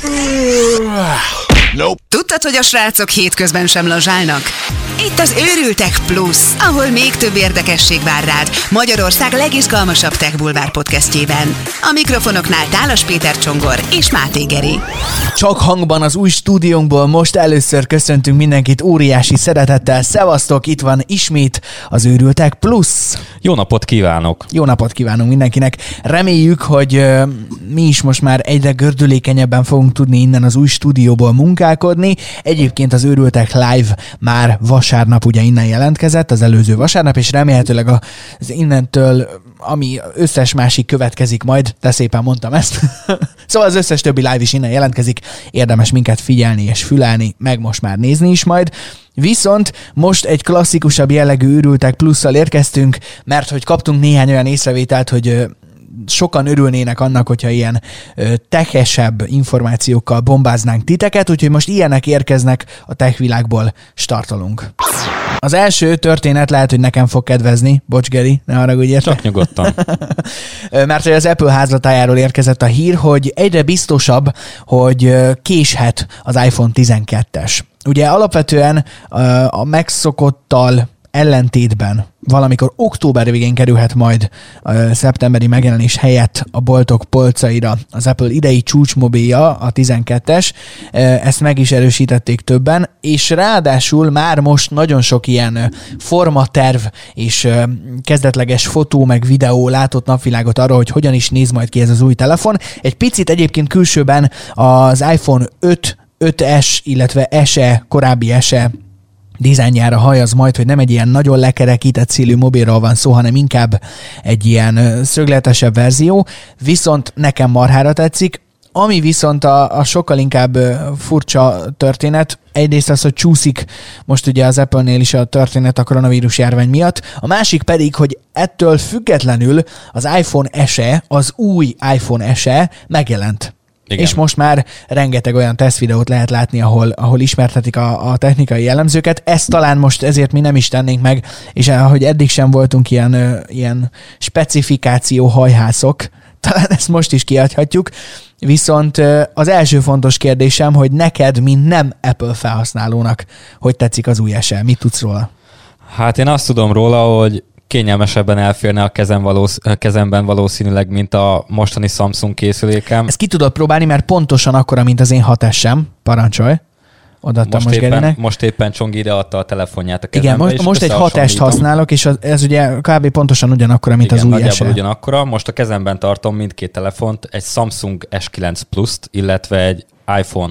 Nope. Tudtad, hogy a srácok hétközben sem lazsálnak? Itt az Őrültek Plus, ahol még több érdekesség vár rád Magyarország legizgalmasabb Tech Bulvár podcastjében. A mikrofonoknál Tálas Péter Csongor és Máté Geri. Csak hangban az új stúdiónkból most először köszöntünk mindenkit óriási szeretettel. Szevasztok, itt van ismét az Őrültek Plus. Jó napot kívánok! Jó napot kívánunk mindenkinek. Reméljük, hogy mi is most már egyre gördülékenyebben fogunk tudni innen az új stúdióból munkálkodni. Egyébként az Őrültek Live már vasárnap ugye innen jelentkezett, az előző vasárnap, és remélhetőleg az innentől, ami összes másik következik majd, de szépen mondtam ezt. Szóval az összes többi live is innen jelentkezik, érdemes minket figyelni és fülelni, meg most már nézni is majd. Viszont most egy klasszikusabb jellegű Őrültek Plusszal érkeztünk, mert hogy kaptunk néhány olyan észrevételt, hogy sokan örülnének annak, hogyha ilyen techesebb információkkal bombáznánk titeket, úgyhogy most ilyenek érkeznek a tech világból, startolunk. Az első történet lehet, hogy nekem fog kedvezni. Bocs, Geri, ne haragudj érte. Csak nyugodtan. Mert hogy az Apple házlatájáról érkezett a hír, hogy egyre biztosabb, hogy késhet az iPhone 12-es. Ugye alapvetően a megszokottal ellentétben valamikor október végén kerülhet majd szeptemberi megjelenés helyett a boltok polcaira az Apple idei csúcsmobilja, a 12-es. Ezt meg is erősítették többen, és ráadásul már most nagyon sok ilyen formaterv és kezdetleges fotó meg videó látott napvilágot arra, hogy hogyan is néz majd ki ez az új telefon. Egy picit egyébként külsőben az iPhone 5, 5S, illetve SE, korábbi SE dizájnjára hajaz majd, hogy nem egy ilyen nagyon lekerekített szélű mobilról van szó, hanem inkább egy ilyen szögletesebb verzió, viszont nekem marhára tetszik. Ami viszont a sokkal inkább furcsa történet, egyrészt az, hogy csúszik most ugye az Apple-nél is a történet a koronavírus járvány miatt, a másik pedig, hogy ettől függetlenül az iPhone SE, az új iPhone SE megjelent. Igen. És most már rengeteg olyan tesztvideót lehet látni, ahol ismertetik a technikai jellemzőket. Ezt talán most ezért mi nem is tennénk meg, és ahogy eddig sem voltunk ilyen specifikáció hajhászok, talán ezt most is kiadhatjuk. Viszont az első fontos kérdésem, hogy neked, mint nem Apple felhasználónak, hogy tetszik az új SE? Mit tudsz róla? Hát én azt tudom róla, hogy kényelmesebben elférne a kezemben valószínűleg, mint a mostani Samsung készülékem. Ezt ki tudod próbálni, mert pontosan akkora, mint az én 6S-em. Parancsolj. Odaadtam most Gerinek. Most éppen Csongi ideadta a telefonját a kezembe. Igen, most egy 6S-t használok, és ez ugye kb. Pontosan ugyanakkora, mint igen, az új nagyjából SE. ugyanakkora. Most a kezemben tartom mindkét telefont, egy Samsung S9 Plus-t, illetve egy iPhone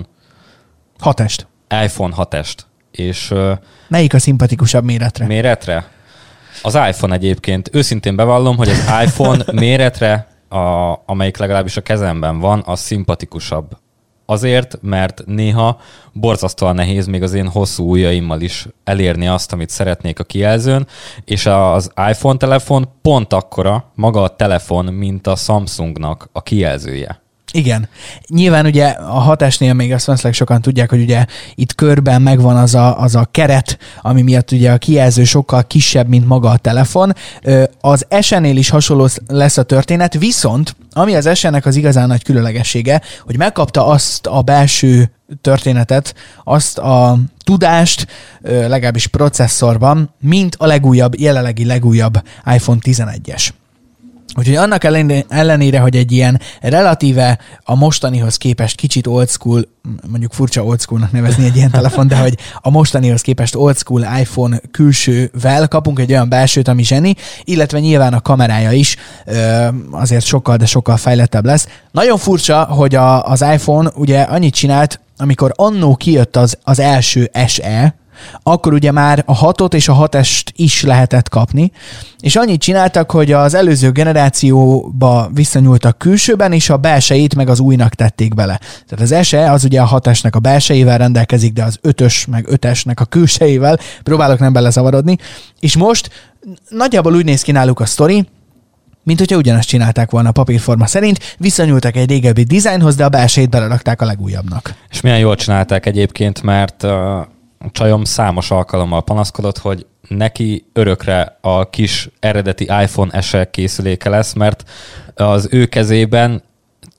6S-t. iPhone 6S-t. És melyik a szimpatikusabb méretre? Méretre? Az iPhone egyébként. Őszintén bevallom, hogy az iPhone méretre, amelyik legalábbis a kezemben van, az szimpatikusabb. Azért, mert néha borzasztóan nehéz még az én hosszú ujjaimmal is elérni azt, amit szeretnék a kijelzőn, és az iPhone telefon pont akkora maga a telefon, mint a Samsungnak a kijelzője. Igen. Nyilván ugye a 6S-nél még azt valószínűleg sokan tudják, hogy ugye itt körben megvan az a keret, ami miatt ugye a kijelző sokkal kisebb, mint maga a telefon. Az SE-nél is hasonló lesz a történet, viszont ami az SE-nek az igazán nagy különlegessége, hogy megkapta azt a belső történetet, azt a tudást, legalábbis processzorban, mint a jelenlegi legújabb iPhone 11-es. Úgyhogy annak ellenére, hogy egy ilyen relatíve a mostanihoz képest kicsit old school, mondjuk furcsa old schoolnak nevezni egy ilyen telefon, de hogy a mostanihoz képest old school iPhone külsővel kapunk egy olyan belsőt, ami zseni, illetve nyilván a kamerája is azért sokkal, de sokkal fejlettebb lesz. Nagyon furcsa, hogy az iPhone ugye annyit csinált, amikor annó kijött az első SE, akkor ugye már a 6-ot és a 6S-t is lehetett kapni, és annyit csináltak, hogy az előző generációba visszanyúltak külsőben, és a belsejét meg az újnak tették bele. Tehát az SE az ugye a 6S-nek a belsejével rendelkezik, de az 5-ös meg 5S-nek a külsejével, próbálok nem belezavarodni, és most nagyjából úgy néz ki náluk a sztori, mint hogyha ugyanazt csinálták volna a papírforma szerint, visszanyúltak egy régebbi dizájnhoz, de a belsejét belerakták a legújabbnak. És milyen jól csinálták egyébként, mert csajom számos alkalommal panaszkodott, hogy neki örökre a kis eredeti iPhone SE készüléke lesz, mert az ő kezében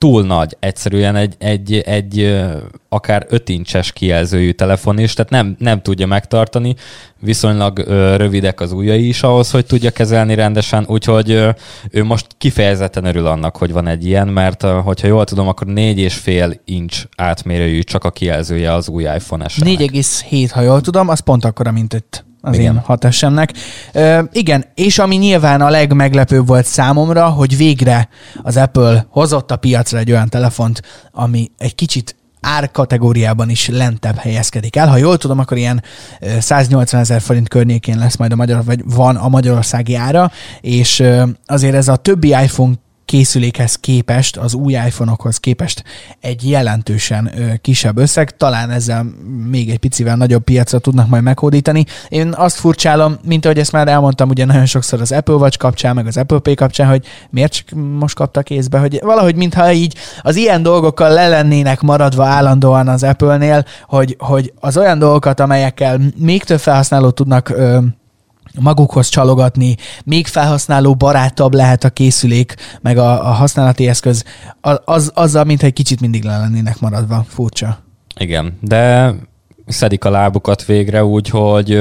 túl nagy, egyszerűen egy akár 5 incses kijelzőjű telefon is, tehát nem tudja megtartani, viszonylag rövidek az ujjai is ahhoz, hogy tudja kezelni rendesen, úgyhogy ő most kifejezetten örül annak, hogy van egy ilyen, mert hogyha jól tudom, akkor 4,5 inch átmérőjű csak a kijelzője az új iPhone SE-nek. 4,7, ha jól tudom, az pont akkora, mint itt az igen. én 6S-emnek. Igen, és ami nyilván a legmeglepőbb volt számomra, hogy végre az Apple hozott a piacra egy olyan telefont, ami egy kicsit árkategóriában is lentebb helyezkedik el. Ha jól tudom, akkor ilyen 180 000 forint környékén lesz majd vagy van a magyarországi ára, és azért ez a többi iPhone készülékhez képest, az új iPhone-okhoz képest egy jelentősen kisebb összeg, talán ezzel még egy picivel nagyobb piacra tudnak majd meghódítani. Én azt furcsálom, mint ahogy ezt már elmondtam ugye nagyon sokszor az Apple Watch kapcsán, meg az Apple Pay kapcsán, hogy miért csak most kapta kézbe, hogy valahogy mintha így az ilyen dolgokkal le lennének maradva állandóan az Apple-nél, hogy az olyan dolgokat, amelyekkel még több felhasználót tudnak magukhoz csalogatni, még felhasználó barátabb lehet a készülék, meg a használati eszköz, azzal, mintha egy kicsit mindig le lennének maradva. Furcsa. Igen, de szedik a lábukat végre úgy, hogy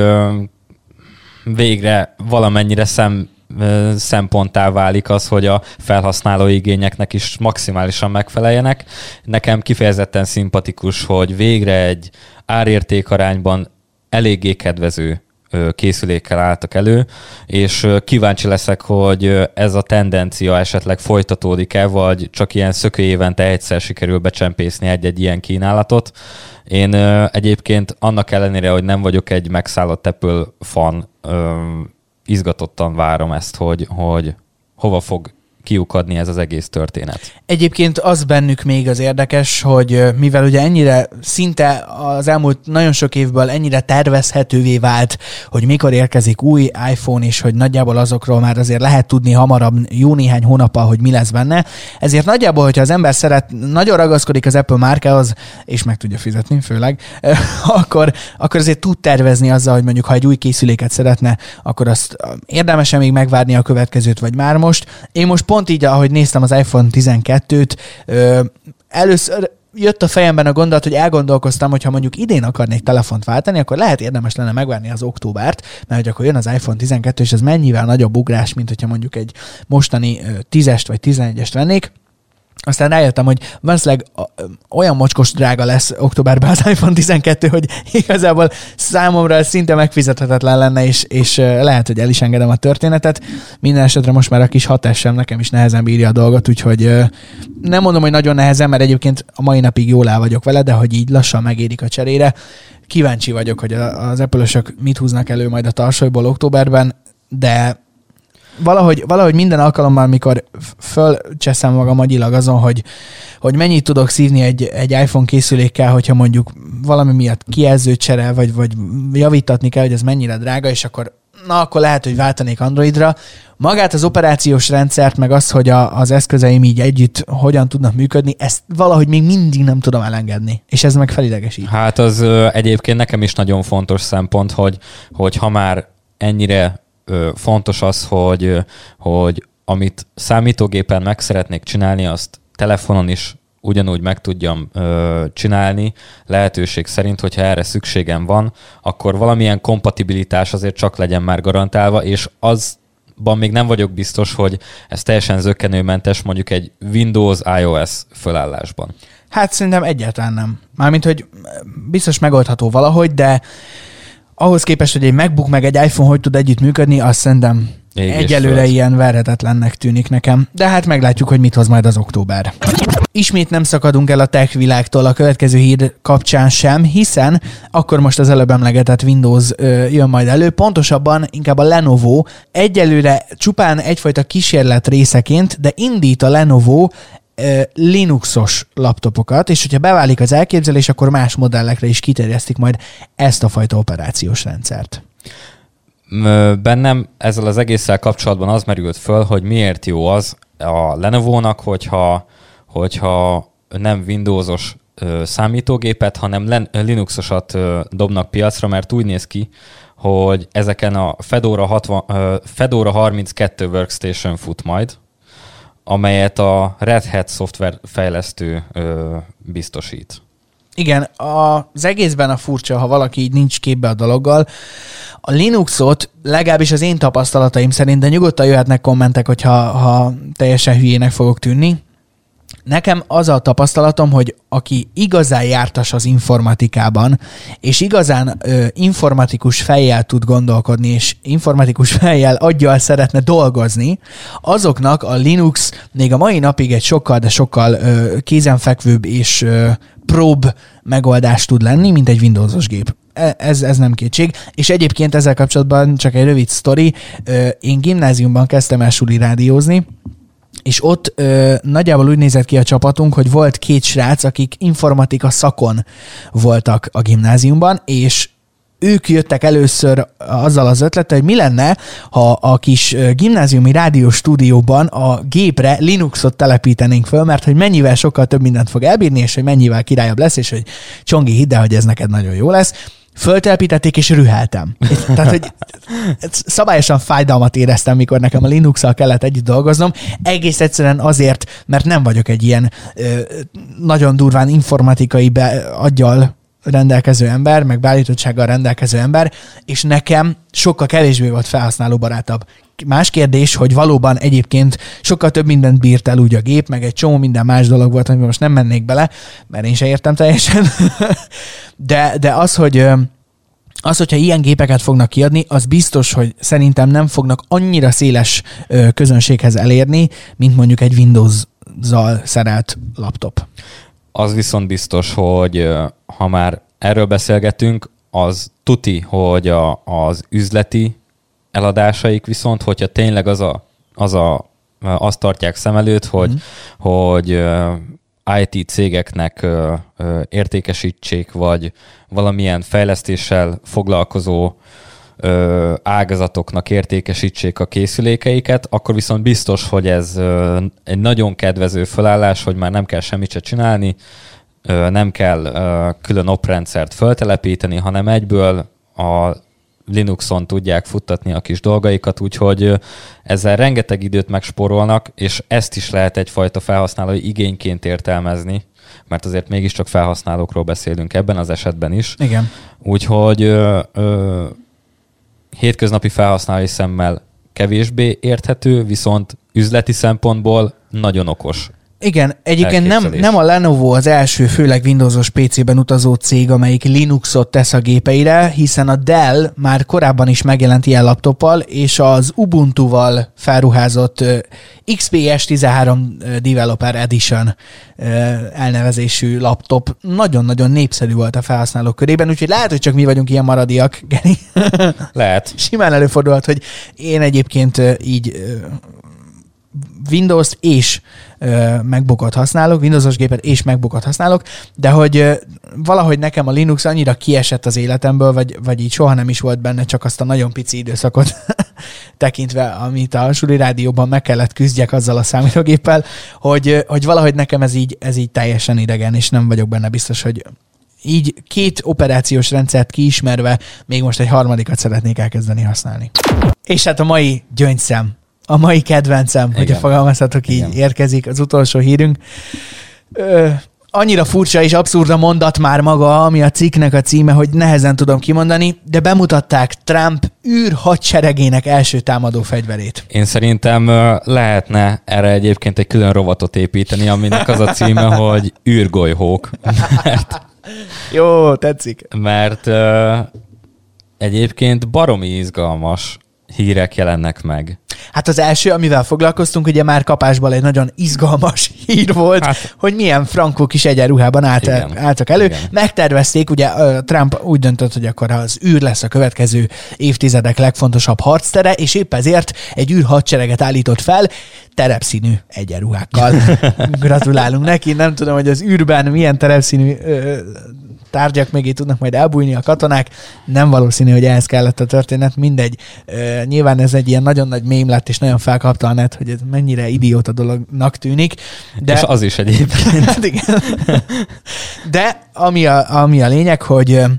végre valamennyire szemponttá válik az, hogy a felhasználó igényeknek is maximálisan megfeleljenek. Nekem kifejezetten szimpatikus, hogy végre egy árértékarányban eléggé kedvező készülékkel álltak elő, és kíváncsi leszek, hogy ez a tendencia esetleg folytatódik-e, vagy csak ilyen szökőévente egyszer sikerül becsempészni egy-egy ilyen kínálatot. Én egyébként annak ellenére, hogy nem vagyok egy megszállott Apple fan, izgatottan várom ezt, hogy hova fog kiukadni ez az egész történet. Egyébként az bennük még az érdekes, hogy mivel ugye ennyire szinte az elmúlt nagyon sok évből ennyire tervezhetővé vált, hogy mikor érkezik új iPhone, és hogy nagyjából azokról már azért lehet tudni hamarabb, jó néhány hónappal, hogy mi lesz benne. Ezért nagyjából, hogyha az ember nagyon ragaszkodik az Apple márkához, és meg tudja fizetni főleg, akkor azért tud tervezni azzal, hogy mondjuk ha egy új készüléket szeretne, akkor azt érdemesen még megvárni a következőt, vagy már most. Én most pont így, ahogy néztem az iPhone 12-t, először jött a fejemben a gondolat, hogy elgondolkoztam, hogy ha mondjuk idén akarnék telefont váltani, akkor lehet érdemes lenne megvárni az októbert, mert hogy akkor jön az iPhone 12, és ez mennyivel nagyobb ugrás, mint hogyha mondjuk egy mostani 10-est vagy 11-est vennék. Aztán rájöttem, hogy valószínűleg olyan mocskos drága lesz októberben az iPhone 12, hogy igazából számomra szinte megfizethetetlen lenne, és lehet, hogy el is engedem a történetet. Minden esetre most már a kis 6S-em nekem is nehezen bírja a dolgot, úgyhogy nem mondom, hogy nagyon nehezen, mert egyébként a mai napig jól el vagyok vele, de hogy így lassan megérik a cserére. Kíváncsi vagyok, hogy az Apple-ösök mit húznak elő majd a tarsolyból októberben, de valahogy minden alkalommal, mikor fölcseszem magam agyilag azon, hogy mennyit tudok szívni egy iPhone készülékkel, hogyha mondjuk valami miatt kijelzőcsere, vagy javítatni kell, hogy ez mennyire drága, és akkor lehet, hogy váltanék Androidra. Magát az operációs rendszert, meg azt, hogy az eszközeim így együtt hogyan tudnak működni, ezt valahogy még mindig nem tudom elengedni. És ez meg felidegesít. Hát az egyébként nekem is nagyon fontos szempont, hogy ha már ennyire fontos az, hogy amit számítógépen meg szeretnék csinálni, azt telefonon is ugyanúgy meg tudjam csinálni, lehetőség szerint, hogyha erre szükségem van, akkor valamilyen kompatibilitás azért csak legyen már garantálva, és azban még nem vagyok biztos, hogy ez teljesen zökkenőmentes mondjuk egy Windows iOS fölállásban. Hát szerintem egyáltalán nem. Mármint, hogy biztos megoldható valahogy, de ahhoz képest, hogy egy MacBook meg egy iPhone hogy tud együtt működni, azt szerintem egyelőre ilyen verhetetlennek tűnik nekem. De hát meglátjuk, hogy mit hoz majd az október. Ismét nem szakadunk el a tech világtól a következő hír kapcsán sem, hiszen akkor most az előbb emlegetett Windows jön majd elő, pontosabban inkább a Lenovo egyelőre csupán egyfajta kísérlet részeként, de indít a Lenovo Linuxos laptopokat, és hogyha beválik az elképzelés, akkor más modellekre is kiterjesztik majd ezt a fajta operációs rendszert. Bennem ezzel az egésszel kapcsolatban az merült föl, hogy miért jó az a Lenovo-nak, hogyha nem Windowsos számítógépet, hanem Linuxosat dobnak piacra, mert úgy néz ki, hogy ezeken a Fedora 32 workstation fut majd, amelyet a Red Hat szoftverfejlesztő biztosít. Igen, az egészben a furcsa, ha valaki így nincs képbe a dologgal. A Linuxot legalábbis az én tapasztalataim szerint, de nyugodtan jöhetnek kommentek, hogyha teljesen hülyének fogok tűnni. Nekem az a tapasztalatom, hogy aki igazán jártas az informatikában, és igazán informatikus fejjel tud gondolkodni, és informatikus fejjel aggyal szeretne dolgozni, azoknak a Linux még a mai napig egy sokkal, de sokkal kézenfekvőbb és próbb megoldás tud lenni, mint egy Windowsos gép. Ez nem kétség. És egyébként ezzel kapcsolatban csak egy rövid sztori. Én gimnáziumban kezdtem el suli rádiózni, és ott nagyjából úgy nézett ki a csapatunk, hogy volt 2 srác, akik informatika szakon voltak a gimnáziumban, és ők jöttek először azzal az ötlettel, hogy mi lenne, ha a kis gimnáziumi rádiós stúdióban a gépre Linuxot telepítenénk föl, mert hogy mennyivel sokkal több mindent fog elbírni, és hogy mennyivel királyabb lesz, és hogy Csongi, hidd el, hogy ez neked nagyon jó lesz. Föltelepítették, és rüheltem. Tehát, hogy szabályosan fájdalmat éreztem, mikor nekem a Linuxal kellett együtt dolgoznom. Egész egyszerűen azért, mert nem vagyok egy ilyen nagyon durván informatikai aggyal rendelkező ember, meg beállítottsággal rendelkező ember, és nekem sokkal kevésbé volt felhasználóbarátabb. Más kérdés, hogy valóban egyébként sokkal több mindent bírt el úgy a gép, meg egy csomó minden más dolog volt, amiben most nem mennék bele, mert én se értem teljesen. De az, hogyha ilyen gépeket fognak kiadni, az biztos, hogy szerintem nem fognak annyira széles közönséghez elérni, mint mondjuk egy Windows-zal szerelt laptop. Az viszont biztos, hogy ha már erről beszélgetünk, az tuti, hogy az üzleti eladásaik viszont, hogyha tényleg azt tartják szem előtt, hogy IT cégeknek értékesítsék, vagy valamilyen fejlesztéssel foglalkozó ágazatoknak értékesítsék a készülékeiket, akkor viszont biztos, hogy ez egy nagyon kedvező felállás, hogy már nem kell semmit se csinálni, nem kell külön oprendszert föltelepíteni, hanem egyből a Linuxon tudják futtatni a kis dolgaikat, úgyhogy ezzel rengeteg időt megspórolnak, és ezt is lehet egyfajta felhasználói igényként értelmezni, mert azért mégiscsak felhasználókról beszélünk ebben az esetben is. Igen. Úgyhogy hétköznapi felhasználói szemmel kevésbé érthető, viszont üzleti szempontból nagyon okos. Igen, egyébként nem a Lenovo az első főleg Windowsos PC-ben utazó cég, amelyik Linuxot tesz a gépeire, hiszen a Dell már korábban is megjelent ilyen laptoppal, és az Ubuntu-val felruházott XPS 13 Developer Edition elnevezésű laptop nagyon-nagyon népszerű volt a felhasználók körében, úgyhogy lehet, hogy csak mi vagyunk ilyen maradiak, Geri. Lehet. Simán előfordulhat, hogy én egyébként így Windows-t és MacBookot használok, Windowsos gépet és MacBookot használok, de hogy valahogy nekem a Linux annyira kiesett az életemből, vagy így soha nem is volt benne, csak azt a nagyon pici időszakot tekintve, amit a suli rádióban meg kellett küzdjek azzal a számítógéppel, hogy valahogy nekem ez így teljesen idegen, és nem vagyok benne biztos, hogy így 2 operációs rendszert kiismerve még most egy harmadikat szeretnék elkezdeni használni. És hát a mai gyöngyszem, a mai kedvencem, igen, hogyha fogalmazhatok így, igen, érkezik az utolsó hírünk. Annyira furcsa és abszurd a mondat már maga, ami a cikknek a címe, hogy nehezen tudom kimondani, de bemutatták Trump űrhadseregének első támadó fegyverét. Én szerintem lehetne erre egyébként egy külön rovatot építeni, aminek az a címe, hogy űrgolyhók. Jó, tetszik. Mert egyébként baromi izgalmas hírek jelennek meg. Hát az első, amivel foglalkoztunk, ugye már kapásból egy nagyon izgalmas hír volt, hogy milyen frankó kis egyenruhában álltak elő. Igen. Megtervezték, ugye Trump úgy döntött, hogy akkor az űr lesz a következő évtizedek legfontosabb harctere, és épp ezért egy űrhadsereget állított fel, terepszínű egyenruhákkal. Gratulálunk neki, nem tudom, hogy az űrben milyen terepszínű tárgyak mögé tudnak majd elbújni a katonák. Nem valószínű, hogy ehhez kellett a történet, mindegy. Nyilván ez egy ilyen nagyon nagy mém lett, és nagyon felkapta a net, hogy ez mennyire idióta dolognak tűnik. De... És az is egyébként. Hát igen. De ami a lényeg, hogy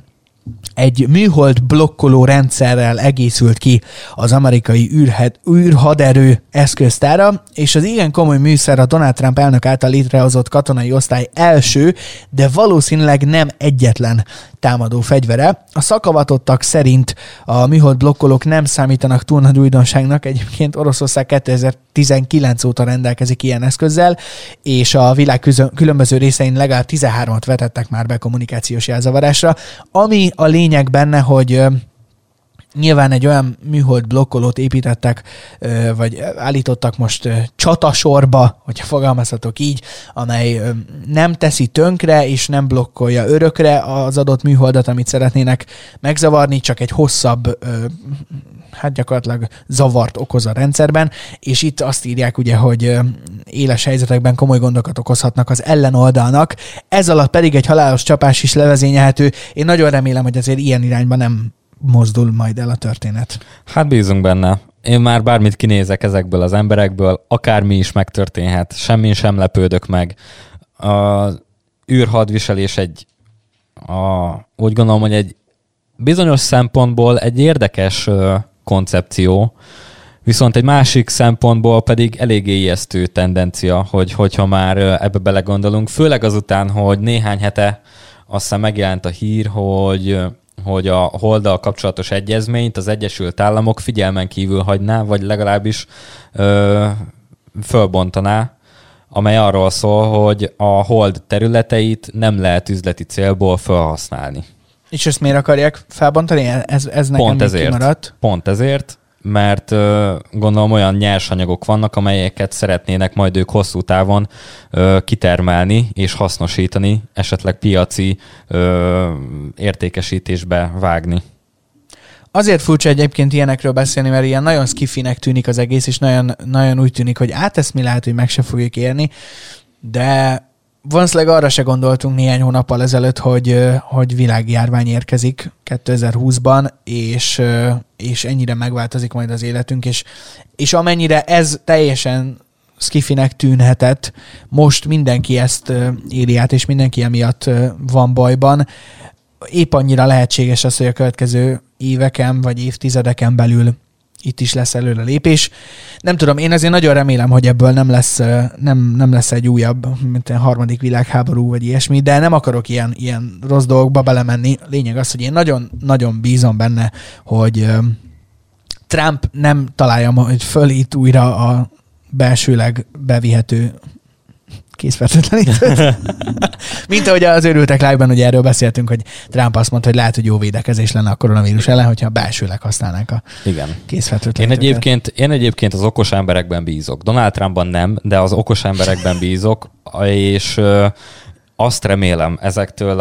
egy műhold blokkoló rendszerrel egészült ki az amerikai űrhaderő eszköztára, és az igen komoly műszer a Donald Trump elnök által létrehozott katonai osztály első, de valószínűleg nem egyetlen támadó fegyvere. A szakavatottak szerint a műhold blokkolók nem számítanak túl nagy újdonságnak, egyébként Oroszország 2019 óta rendelkezik ilyen eszközzel, és a világ különböző részein legalább 13-at vetettek már be kommunikációs jelzavarásra, ami a lényeg benne, hogy nyilván egy olyan műhold blokkolót építettek, vagy állítottak most csatasorba, hogyha fogalmazhatok így, amely nem teszi tönkre, és nem blokkolja örökre az adott műholdat, amit szeretnének megzavarni, csak egy hosszabb, hát gyakorlatilag zavart okoz a rendszerben, és itt azt írják ugye, hogy éles helyzetekben komoly gondokat okozhatnak az ellenoldalnak, ez alatt pedig egy halálos csapás is levezényelhető. Én nagyon remélem, hogy azért ilyen irányba nem mozdul majd el a történet. Hát bízunk benne. Én már bármit kinézek ezekből az emberekből, akármi is megtörténhet, semmi sem lepődök meg. Az űrhadviselés úgy gondolom, hogy egy bizonyos szempontból egy érdekes koncepció, viszont egy másik szempontból pedig eléggé ijesztő tendencia, hogyha már ebbe belegondolunk, főleg azután, hogy néhány hete aztán megjelent a hír, hogy a holddal kapcsolatos egyezményt az Egyesült Államok figyelmen kívül hagyná, vagy legalábbis fölbontaná, amely arról szól, hogy a hold területeit nem lehet üzleti célból felhasználni. És ezt miért akarják felbontani? Ez nekem még kimaradt. Pont ezért, mert gondolom olyan nyersanyagok vannak, amelyeket szeretnének majd ők hosszú távon kitermelni és hasznosítani, esetleg piaci értékesítésbe vágni. Azért furcsa egyébként ilyenekről beszélni, mert ilyen nagyon skifinek tűnik az egész, és nagyon, nagyon úgy tűnik, hogy ezt mi lehet, hogy meg se fogjuk érni, de valószínűleg arra se gondoltunk néhány hónappal ezelőtt, hogy világjárvány érkezik 2020-ban, és ennyire megváltozik majd az életünk, és amennyire ez teljesen skifinek tűnhetett, most mindenki ezt éli át, és mindenki emiatt van bajban. Épp annyira lehetséges az, hogy a következő éveken vagy évtizedeken belül itt is lesz előre lépés. Nem tudom, én azért nagyon remélem, hogy ebből nem lesz egy újabb, mint egy harmadik világháború, vagy ilyesmi, de nem akarok ilyen rossz dolgokba belemenni. Lényeg az, hogy én nagyon bízom benne, hogy Trump nem találja majd föl itt újra a belsőleg bevihető készfertőtlenítőt. Mint ahogy az Őrültek Live-ban ugye erről beszéltünk, hogy Trump azt mondta, hogy lehet, hogy jó védekezés lenne a koronavírus ellen, hogyha belsőleg használnánk a készfertőtlenítőt. Én egyébként az okos emberekben bízok. Donald Trumpban nem, de az okos emberekben bízok, és azt remélem ezektől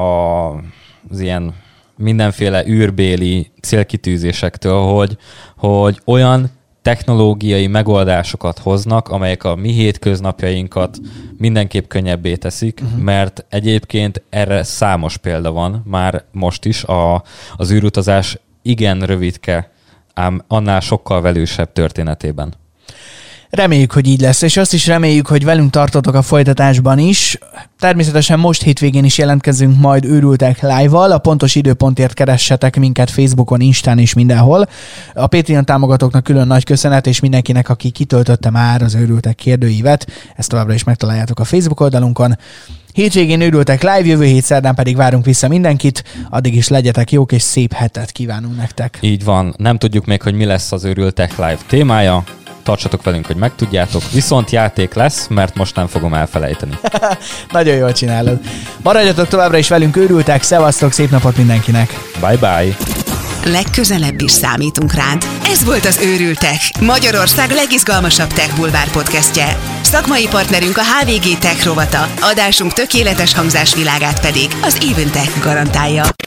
az ilyen mindenféle űrbéli célkitűzésektől, hogy olyan technológiai megoldásokat hoznak, amelyek a mi hétköznapjainkat mindenképp könnyebbé teszik, mert egyébként erre számos példa van, már most is az űrutazás igen rövidke, ám annál sokkal velősebb történetében. Reméljük, hogy így lesz, és azt is reméljük, hogy velünk tartotok a folytatásban is. Természetesen most hétvégén is jelentkezünk majd Őrültek Live-val. A pontos időpontért keressetek minket Facebookon, Instán és mindenhol. A Patreon támogatóknak külön nagy köszönet, és mindenkinek, aki kitöltötte már az Őrültek kérdőívet. Ezt továbbra is megtaláljátok a Facebook oldalunkon. Hétvégén Őrültek Live, jövő hét szerdán pedig várunk vissza mindenkit. Addig is legyetek jók, és szép hetet kívánunk nektek. Így van. Nem tudjuk még, hogy mi lesz az Őrültek Live témája. Tartsatok velünk, hogy megtudjátok, viszont játék lesz, mert most nem fogom elfelejteni. Nagyon jól csinálod. Maradjatok továbbra is velünk, Őrültek, szevasztok, szép napot mindenkinek. Bye bye. Legközelebb is számítunk rád. Ez volt az Őrültek, Magyarország legizgalmasabb tech bulvár podcastje. Szakmai partnerünk a HVG Tech rovata, adásunk tökéletes hangzásvilágát pedig az Even Tech garantálja.